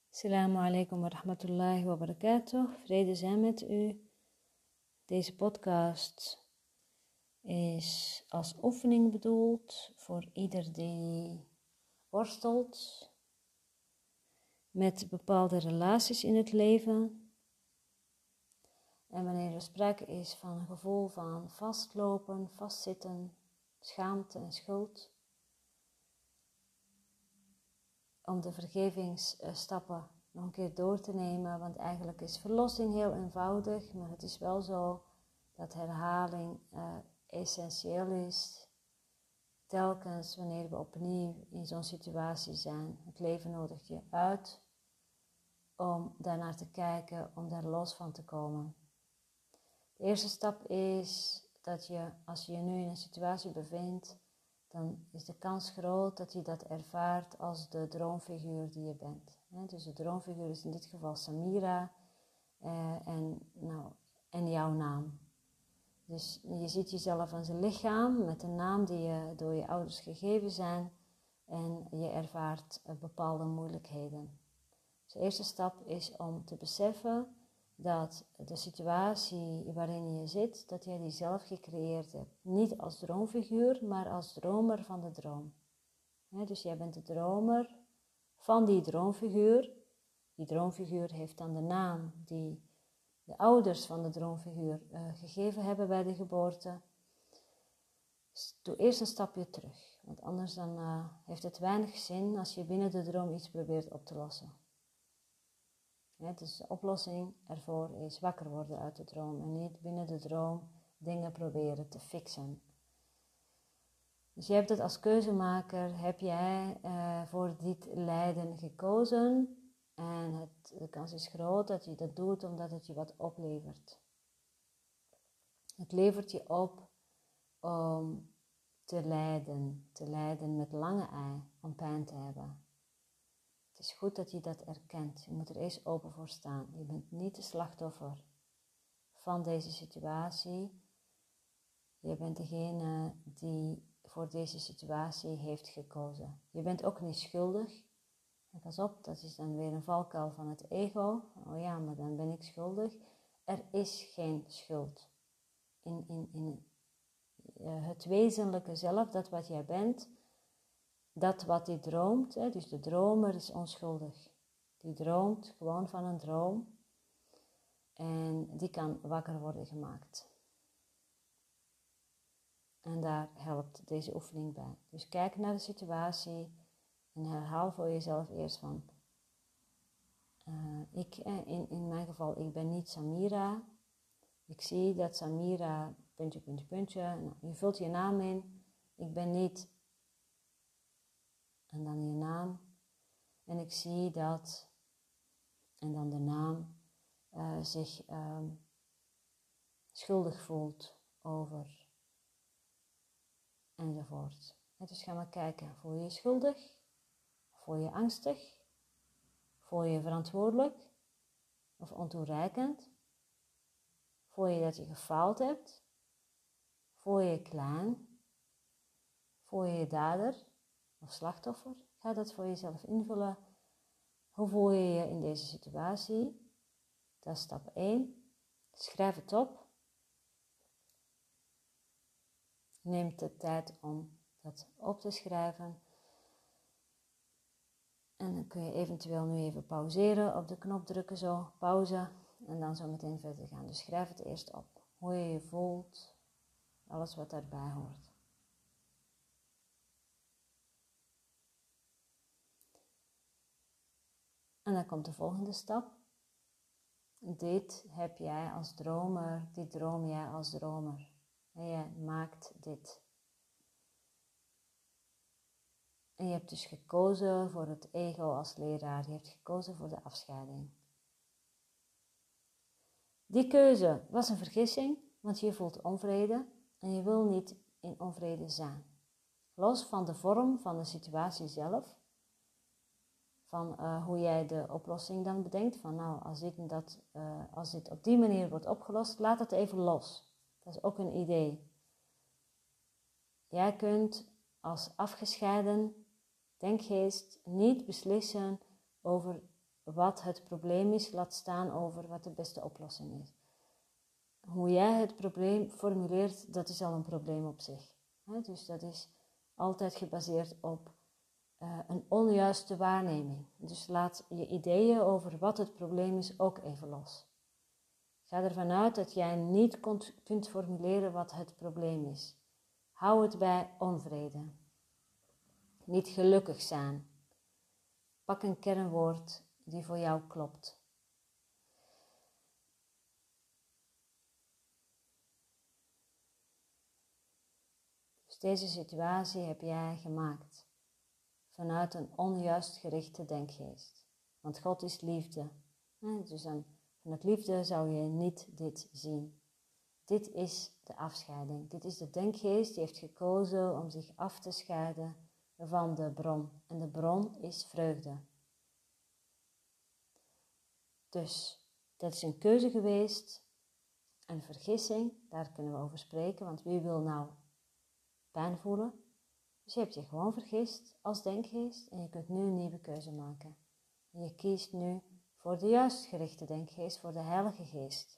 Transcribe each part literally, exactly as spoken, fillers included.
Assalamu alaikum wa rahmatullahi wa barakatuh. Vrede zijn met u. Deze podcast is als oefening bedoeld voor ieder die worstelt met bepaalde relaties in het leven. En wanneer er sprake is van een gevoel van vastlopen, vastzitten, schaamte en schuld, om de vergevingsstappen nog een keer door te nemen, want eigenlijk is verlossing heel eenvoudig, maar het is wel zo dat herhaling uh, essentieel is. Telkens wanneer we opnieuw in zo'n situatie zijn, het leven nodigt je uit om daarnaar te kijken, om daar los van te komen. De eerste stap is dat je, als je je nu in een situatie bevindt, dan is de kans groot dat je dat ervaart als de droomfiguur die je bent. Dus de droomfiguur is in dit geval Samira eh, en, nou, en jouw naam. Dus je ziet jezelf als een lichaam met een naam die je door je ouders gegeven zijn en je ervaart bepaalde moeilijkheden. Dus de eerste stap is om te beseffen dat de situatie waarin je zit, dat jij die zelf gecreëerd hebt. Niet als droomfiguur, maar als dromer van de droom. He, dus jij bent de dromer van die droomfiguur. Die droomfiguur heeft dan de naam die de ouders van de droomfiguur uh, gegeven hebben bij de geboorte. Dus doe eerst een stapje terug, want anders dan, uh, heeft het weinig zin als je binnen de droom iets probeert op te lossen. Ja, dus de oplossing ervoor is wakker worden uit de droom en niet binnen de droom dingen proberen te fixen. Dus je hebt het als keuzemaker, heb jij uh, voor dit lijden gekozen en het, de kans is groot dat je dat doet omdat het je wat oplevert. Het levert je op om te lijden, te lijden met lange ei, om pijn te hebben. Het is goed dat je dat erkent. Je moet er eerst open voor staan. Je bent niet de slachtoffer van deze situatie. Je bent degene die voor deze situatie heeft gekozen. Je bent ook niet schuldig. En pas op, dat is dan weer een valkuil van het ego. Oh ja, maar dan ben ik schuldig. Er is geen schuld. In, in, in uh, het wezenlijke zelf, dat wat jij bent, dat wat hij droomt, hè, dus de dromer is onschuldig. Die droomt gewoon van een droom en die kan wakker worden gemaakt. En daar helpt deze oefening bij. Dus kijk naar de situatie en herhaal voor jezelf eerst van, uh, ik, in, in mijn geval, ik ben niet Samira. Ik zie dat Samira, puntje, puntje, puntje, nou, je vult je naam in. Ik ben niet, en dan je naam. En ik zie dat, en dan de naam, uh, zich uh, schuldig voelt over, enzovoort. En dus ga maar kijken, voel je je schuldig? Voel je je angstig? Voel je je verantwoordelijk? Of ontoereikend? Voel je dat je gefaald hebt? Voel je je klein? Voel je je dader of slachtoffer? Ga dat voor jezelf invullen. Hoe voel je je in deze situatie? Dat is stap één. Schrijf het op. Neem de tijd om dat op te schrijven. En dan kun je eventueel nu even pauzeren, op de knop drukken zo, pauze. En dan zo meteen verder gaan. Dus schrijf het eerst op. Hoe je je voelt. Alles wat daarbij hoort. En dan komt de volgende stap. Dit heb jij als dromer, dit droom jij als dromer. En je maakt dit. En je hebt dus gekozen voor het ego als leraar. Je hebt gekozen voor de afscheiding. Die keuze was een vergissing, want je voelt onvrede en je wil niet in onvrede zijn. Los van de vorm van de situatie zelf, van uh, hoe jij de oplossing dan bedenkt, van nou, als dit, en dat, uh, als dit op die manier wordt opgelost, laat het even los. Dat is ook een idee. Jij kunt als afgescheiden denkgeest niet beslissen over wat het probleem is, laat staan over wat de beste oplossing is. Hoe jij het probleem formuleert, dat is al een probleem op zich. Dus dat is altijd gebaseerd op uh, een onjuiste waarneming. Dus laat je ideeën over wat het probleem is ook even los. Ga ervan uit dat jij niet kunt formuleren wat het probleem is. Hou het bij onvrede. Niet gelukkig zijn. Pak een kernwoord die voor jou klopt. Dus deze situatie heb jij gemaakt vanuit een onjuist gerichte denkgeest. Want God is liefde. Dus dan, vanuit liefde zou je niet dit zien. Dit is de afscheiding. Dit is de denkgeest die heeft gekozen om zich af te scheiden van de bron. En de bron is vreugde. Dus dat is een keuze geweest, een vergissing, daar kunnen we over spreken, want wie wil nou pijn voelen? Dus je hebt je gewoon vergist als denkgeest en je kunt nu een nieuwe keuze maken. En je kiest nu voor de juist gerichte denkgeest, voor de Heilige Geest.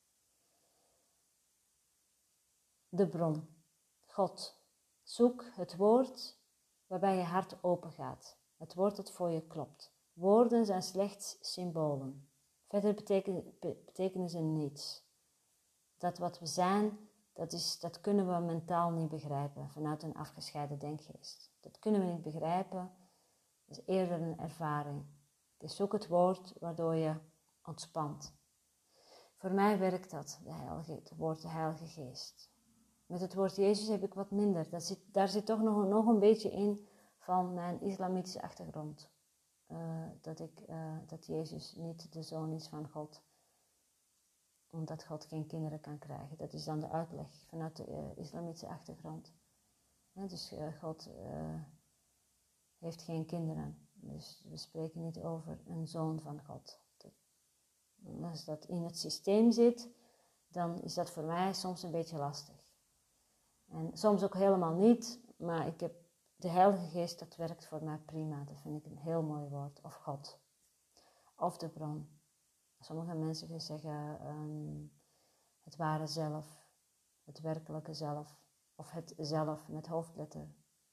De bron, God. Zoek het woord waarbij je hart open gaat. Het woord dat voor je klopt. Woorden zijn slechts symbolen. Verder betekenen, betekenen ze niets. Dat wat we zijn, dat, is, dat kunnen we mentaal niet begrijpen vanuit een afgescheiden denkgeest. Dat kunnen we niet begrijpen, dat is eerder een ervaring. Dus zoek het woord waardoor je ontspant. Voor mij werkt dat, de heilige, het woord de Heilige Geest. Met het woord Jezus heb ik wat minder. Dat zit, daar zit toch nog, nog een beetje in van mijn islamitische achtergrond. Uh, dat, ik, uh, dat Jezus niet de zoon is van God. Omdat God geen kinderen kan krijgen. Dat is dan de uitleg vanuit de uh, islamitische achtergrond. Ja, dus uh, God uh, heeft geen kinderen. Dus we spreken niet over een zoon van God. Als dat in het systeem zit, dan is dat voor mij soms een beetje lastig. En soms ook helemaal niet, maar ik heb de Heilige Geest, dat werkt voor mij prima. Dat vind ik een heel mooi woord. Of God. Of de bron. Sommige mensen zeggen um, het ware zelf. Het werkelijke zelf. Of het zelf met hoofdletter.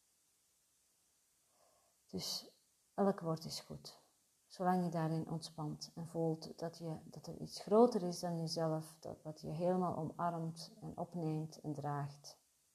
Dus elk woord is goed. Zolang je daarin ontspant en voelt dat, je, dat er iets groter is dan jezelf. Dat wat je helemaal omarmt en opneemt en draagt.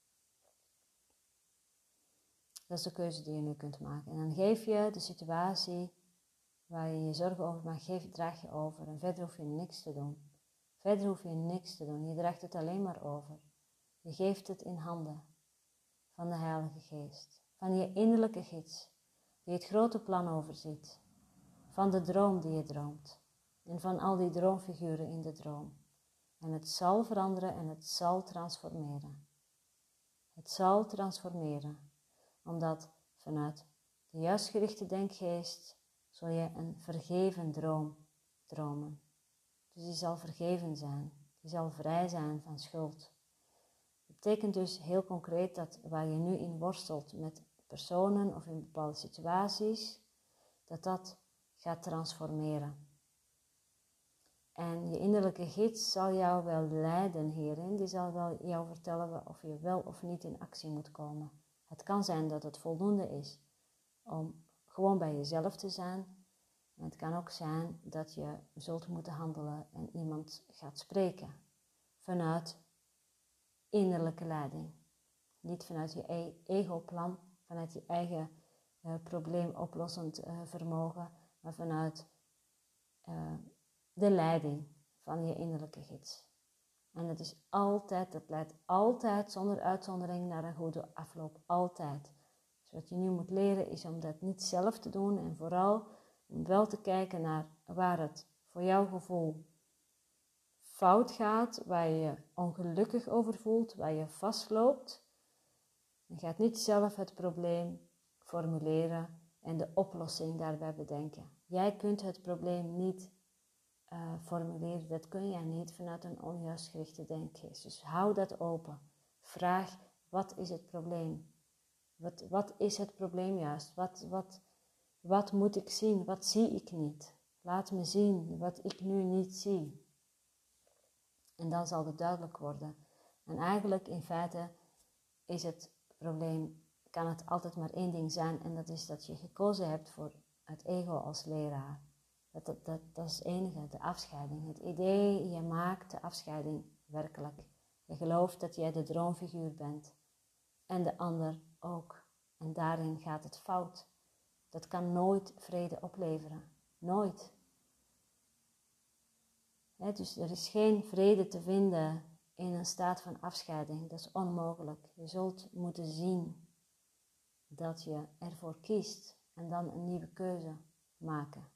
Dat is de keuze die je nu kunt maken. En dan geef je de situatie waar je je zorgen over maakt, geef, draag je over. En verder hoef je niks te doen. Verder hoef je niks te doen. Je draagt het alleen maar over. Je geeft het in handen van de Heilige Geest. Van je innerlijke gids, die het grote plan overziet. Van de droom die je droomt. En van al die droomfiguren in de droom. En het zal veranderen en het zal transformeren. Het zal transformeren. Omdat vanuit de juist gerichte denkgeest zul je een vergeven droom dromen. Dus die zal vergeven zijn. Die zal vrij zijn van schuld. Dat betekent dus heel concreet dat waar je nu in worstelt met personen of in bepaalde situaties, dat dat gaat transformeren. En je innerlijke gids zal jou wel leiden hierin. Die zal wel jou vertellen of je wel of niet in actie moet komen. Het kan zijn dat het voldoende is om gewoon bij jezelf te zijn. En het kan ook zijn dat je zult moeten handelen en iemand gaat spreken. Vanuit innerlijke leiding. Niet vanuit je e- ego-plan, vanuit je eigen uh, probleemoplossend uh, vermogen, maar vanuit uh, de leiding van je innerlijke gids. En dat is altijd, dat leidt altijd zonder uitzondering naar een goede afloop. Altijd. Dus wat je nu moet leren is om dat niet zelf te doen en vooral om wel te kijken naar waar het voor jouw gevoel fout gaat, waar je je ongelukkig over voelt, waar je vastloopt. Je gaat niet zelf het probleem formuleren en de oplossing daarbij bedenken. Jij kunt het probleem niet uh, formuleren, dat kun jij niet vanuit een onjuist gerichte denkgeest. Dus hou dat open. Vraag, wat is het probleem? Wat, wat is het probleem juist? Wat, wat, wat moet ik zien? Wat zie ik niet? Laat me zien wat ik nu niet zie. En dan zal het duidelijk worden. En eigenlijk in feite is het probleem, kan het altijd maar één ding zijn. En dat is dat je gekozen hebt voor het ego als leraar. Dat, dat, dat, dat is het enige, de afscheiding. Het idee, je maakt de afscheiding werkelijk. Je gelooft dat jij de droomfiguur bent. En de ander ook. En daarin gaat het fout. Dat kan nooit vrede opleveren. Nooit. He, dus er is geen vrede te vinden in een staat van afscheiding. Dat is onmogelijk. Je zult moeten zien dat je ervoor kiest en dan een nieuwe keuze maken.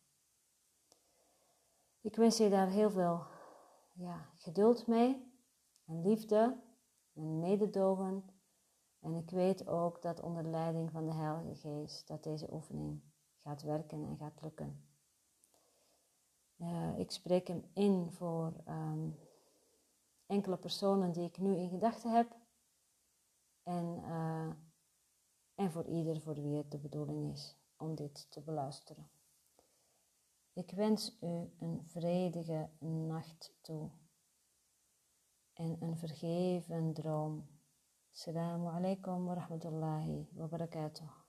Ik wens je daar heel veel ja, geduld mee en liefde en mededogen. En ik weet ook dat onder leiding van de Heilige Geest dat deze oefening gaat werken en gaat lukken. Uh, ik spreek hem in voor um, enkele personen die ik nu in gedachten heb. En, uh, en voor ieder voor wie het de bedoeling is om dit te beluisteren. Ik wens u een vredige nacht toe. En een vergeven droom. Assalamu alaikum wa rahmatullahi wa barakatuh.